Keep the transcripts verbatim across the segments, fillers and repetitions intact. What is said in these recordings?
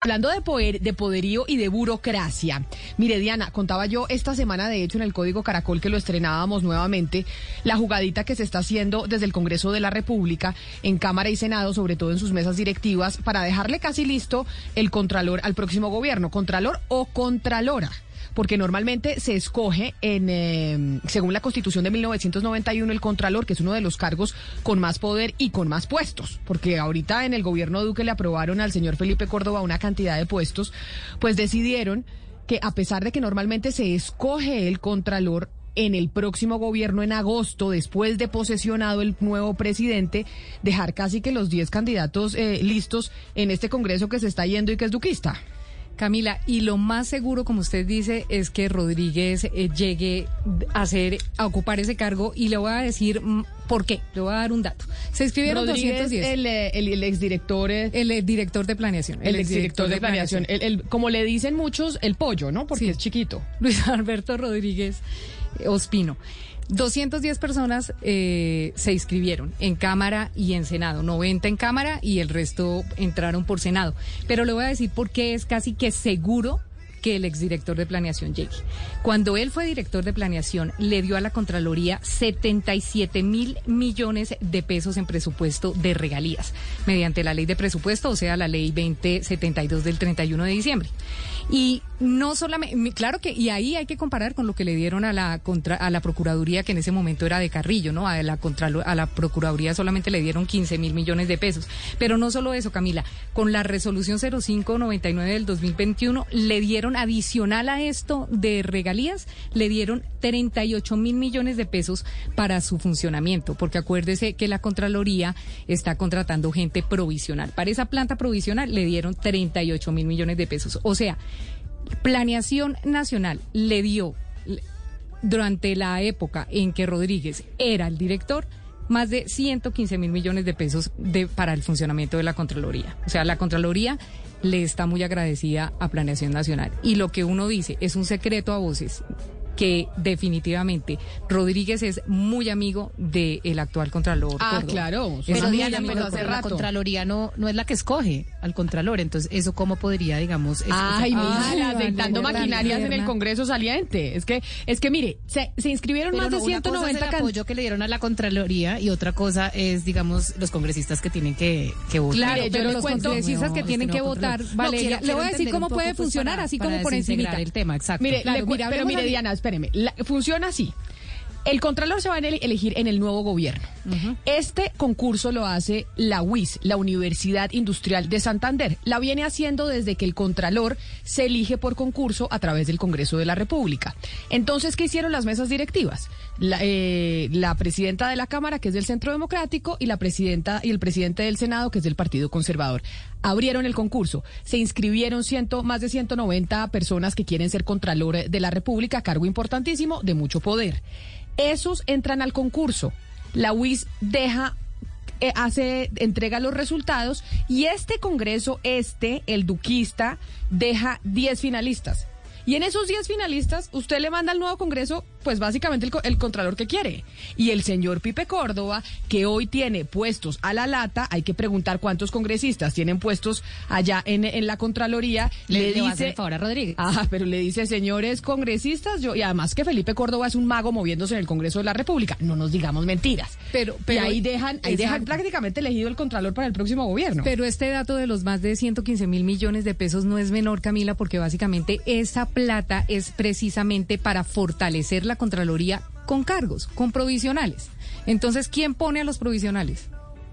Hablando de poder, de poderío y de burocracia, mire, Diana, contaba yo esta semana, de hecho, en el Código Caracol, que lo estrenábamos nuevamente, la jugadita que se está haciendo desde el Congreso de la República, en Cámara y Senado, sobre todo en sus mesas directivas, para dejarle casi listo el contralor al próximo gobierno, contralor o contralora. Porque normalmente se escoge, en eh, según la Constitución de mil novecientos noventa y uno, el Contralor, que es uno de los cargos con más poder y con más puestos. Porque ahorita en el gobierno Duque le aprobaron al señor Felipe Córdoba una cantidad de puestos, pues decidieron que, a pesar de que normalmente se escoge el Contralor en el próximo gobierno en agosto, después de posesionado el nuevo presidente, dejar casi que los diez candidatos eh, listos en este Congreso que se está yendo y que es duquista. Camila, y lo más seguro, como usted dice, es que Rodríguez eh, llegue a, hacer, a ocupar ese cargo, y le voy a decir mm, por qué. Le voy a dar un dato. Se inscribieron Rodríguez, doscientos diez. El, el, el exdirector... Eh, el, el director de planeación. El, el exdirector de, de planeación. planeación. El, el, como le dicen muchos, el pollo, ¿no? Porque sí, es chiquito. Luis Alberto Rodríguez Ospino. doscientas diez personas eh, se inscribieron en Cámara y en Senado, noventa en Cámara y el resto entraron por Senado. Pero le voy a decir por qué es casi que seguro que el exdirector de planeación llegue. Cuando él fue director de planeación, le dio a la Contraloría setenta y siete mil millones de pesos en presupuesto de regalías, mediante la ley de presupuesto, o sea, la ley veinte setenta y dos del treinta y uno de diciembre. Y no solamente, claro que, y ahí hay que comparar con lo que le dieron a la contra, a la Procuraduría, que en ese momento era de Carrillo, ¿no? A la Contralo, a la Procuraduría solamente le dieron quince mil millones de pesos. Pero no solo eso, Camila, con la resolución cero cinco noventa y nueve del dos mil veintiuno le dieron, adicional a esto de regalías, le dieron treinta y ocho mil millones de pesos para su funcionamiento, porque acuérdese que la Contraloría está contratando gente provisional. Para esa planta provisional le dieron treinta y ocho mil millones de pesos. O sea, Planeación Nacional le dio, durante la época en que Rodríguez era el director, más de ciento quince mil millones de pesos de, para el funcionamiento de la Contraloría. O sea, la Contraloría le está muy agradecida a Planeación Nacional. Y lo que uno dice es un secreto a voces, que definitivamente Rodríguez es muy amigo del actual Contralor. Ah, Córdoba. Claro. Pero Diana, pero hace la Contraloría no, no es la que escoge al Contralor, entonces eso cómo podría, digamos... Es, Ay, mira, ay, sentando maquinarias en el Congreso saliente. Es que, es que mire, se, se inscribieron pero más no, de ciento noventa candidatos. El apoyo que le dieron a la Contraloría y otra cosa es, digamos, los congresistas que tienen que, que votar. Claro, mire, pero yo los cuento, congresistas no, que tienen no, que no, votar, no, Valeria, quiero, le voy a decir cómo puede pues, funcionar, para, así para como por encimita. el tema, exacto. Mire, claro, le, mira, pero mire, a... Diana, espéreme, la, funciona así. El Contralor se va a elegir en el nuevo gobierno. Uh-huh. Este concurso lo hace la U I S, la Universidad Industrial de Santander. La viene haciendo desde que el Contralor se elige por concurso a través del Congreso de la República. Entonces, ¿qué hicieron las mesas directivas? La, eh, la presidenta de la Cámara, que es del Centro Democrático, y la presidenta y el presidente del Senado, que es del Partido Conservador. Abrieron el concurso. Se inscribieron ciento, más de ciento noventa personas que quieren ser Contralor de la República, cargo importantísimo, de mucho poder. Esos entran al concurso. La U I S deja, eh, hace, entrega los resultados, y este Congreso, este, el duquista, deja diez finalistas. Y en esos diez finalistas, usted le manda al nuevo Congreso, pues básicamente el, el Contralor que quiere. Y el señor Pipe Córdoba, que hoy tiene puestos a la lata, hay que preguntar cuántos congresistas tienen puestos allá en, en la Contraloría. Le, le, le dice, va a hacer el favor a Rodríguez. Ah, pero le dice, señores congresistas, yo, y además que Felipe Córdoba es un mago moviéndose en el Congreso de la República. No nos digamos mentiras. Pero, pero y ahí dejan, ahí dejan prácticamente elegido el Contralor para el próximo gobierno. Pero este dato de los más de ciento quince mil millones de pesos no es menor, Camila, porque básicamente esa plata es precisamente para fortalecer la Contraloría con cargos, con provisionales. Entonces, ¿quién pone a los provisionales?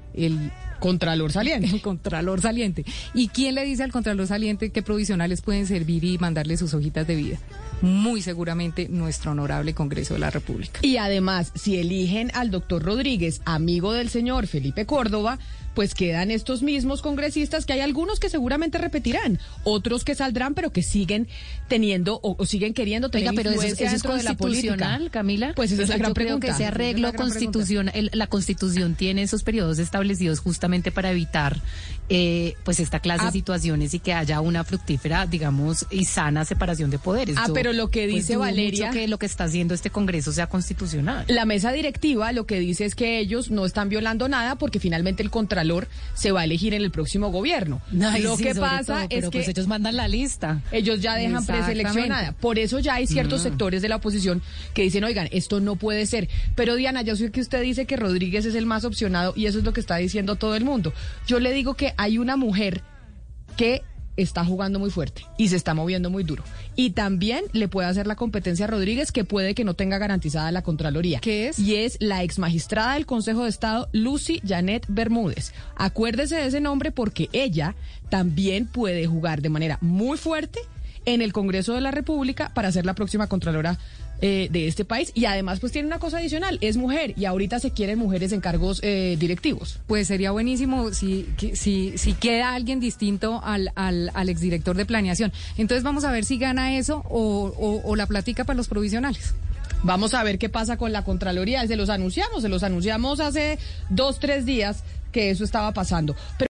El Contralor saliente. El Contralor saliente. ¿Y quién le dice al Contralor saliente qué provisionales pueden servir y mandarle sus hojitas de vida? Muy seguramente nuestro honorable Congreso de la República. Y además, si eligen al doctor Rodríguez, amigo del señor Felipe Córdoba, pues quedan estos mismos congresistas, que hay algunos que seguramente repetirán, otros que saldrán, pero que siguen teniendo o, o siguen queriendo tener Oiga, pero influencia eso, eso dentro es de la política. Constitucional, Camila. Pues esa es la gran Yo creo pregunta. que ese arreglo es constitucional, el, la Constitución tiene esos periodos establecidos justamente para evitar eh, pues esta clase ah, de situaciones y que haya una fructífera, digamos, y sana separación de poderes. Ah, Yo, pero lo que dice pues, Valeria, mucho que lo que está haciendo este Congreso sea constitucional. La mesa directiva lo que dice es que ellos no están violando nada, porque finalmente el Contralor contralor se va a elegir en el próximo gobierno. Ay, Lo sí, que sobre pasa todo, es pero que pues ellos mandan la lista. ellos ya dejan preseleccionada. Por eso ya hay ciertos mm. sectores de la oposición que dicen, oigan, esto no puede ser. Pero Diana, yo sé que usted dice que Rodríguez es el más opcionado y eso es lo que está diciendo todo el mundo. Yo le digo que hay una mujer que está jugando muy fuerte y se está moviendo muy duro. Y también le puede hacer la competencia a Rodríguez, que puede que no tenga garantizada la Contraloría. ¿Qué es? Y es la ex magistrada del Consejo de Estado, Lucy Janet Bermúdez. Acuérdese de ese nombre porque ella también puede jugar de manera muy fuerte en el Congreso de la República para ser la próxima Contralora eh, de este país. Y además pues tiene una cosa adicional, es mujer y ahorita se quieren mujeres en cargos eh, directivos. Pues sería buenísimo si, si, si queda alguien distinto al, al, al exdirector de planeación. Entonces vamos a ver si gana eso o, o, o la platica para los provisionales. Vamos a ver qué pasa con la Contraloría. Se los anunciamos, se los anunciamos hace dos, tres días que eso estaba pasando. Pero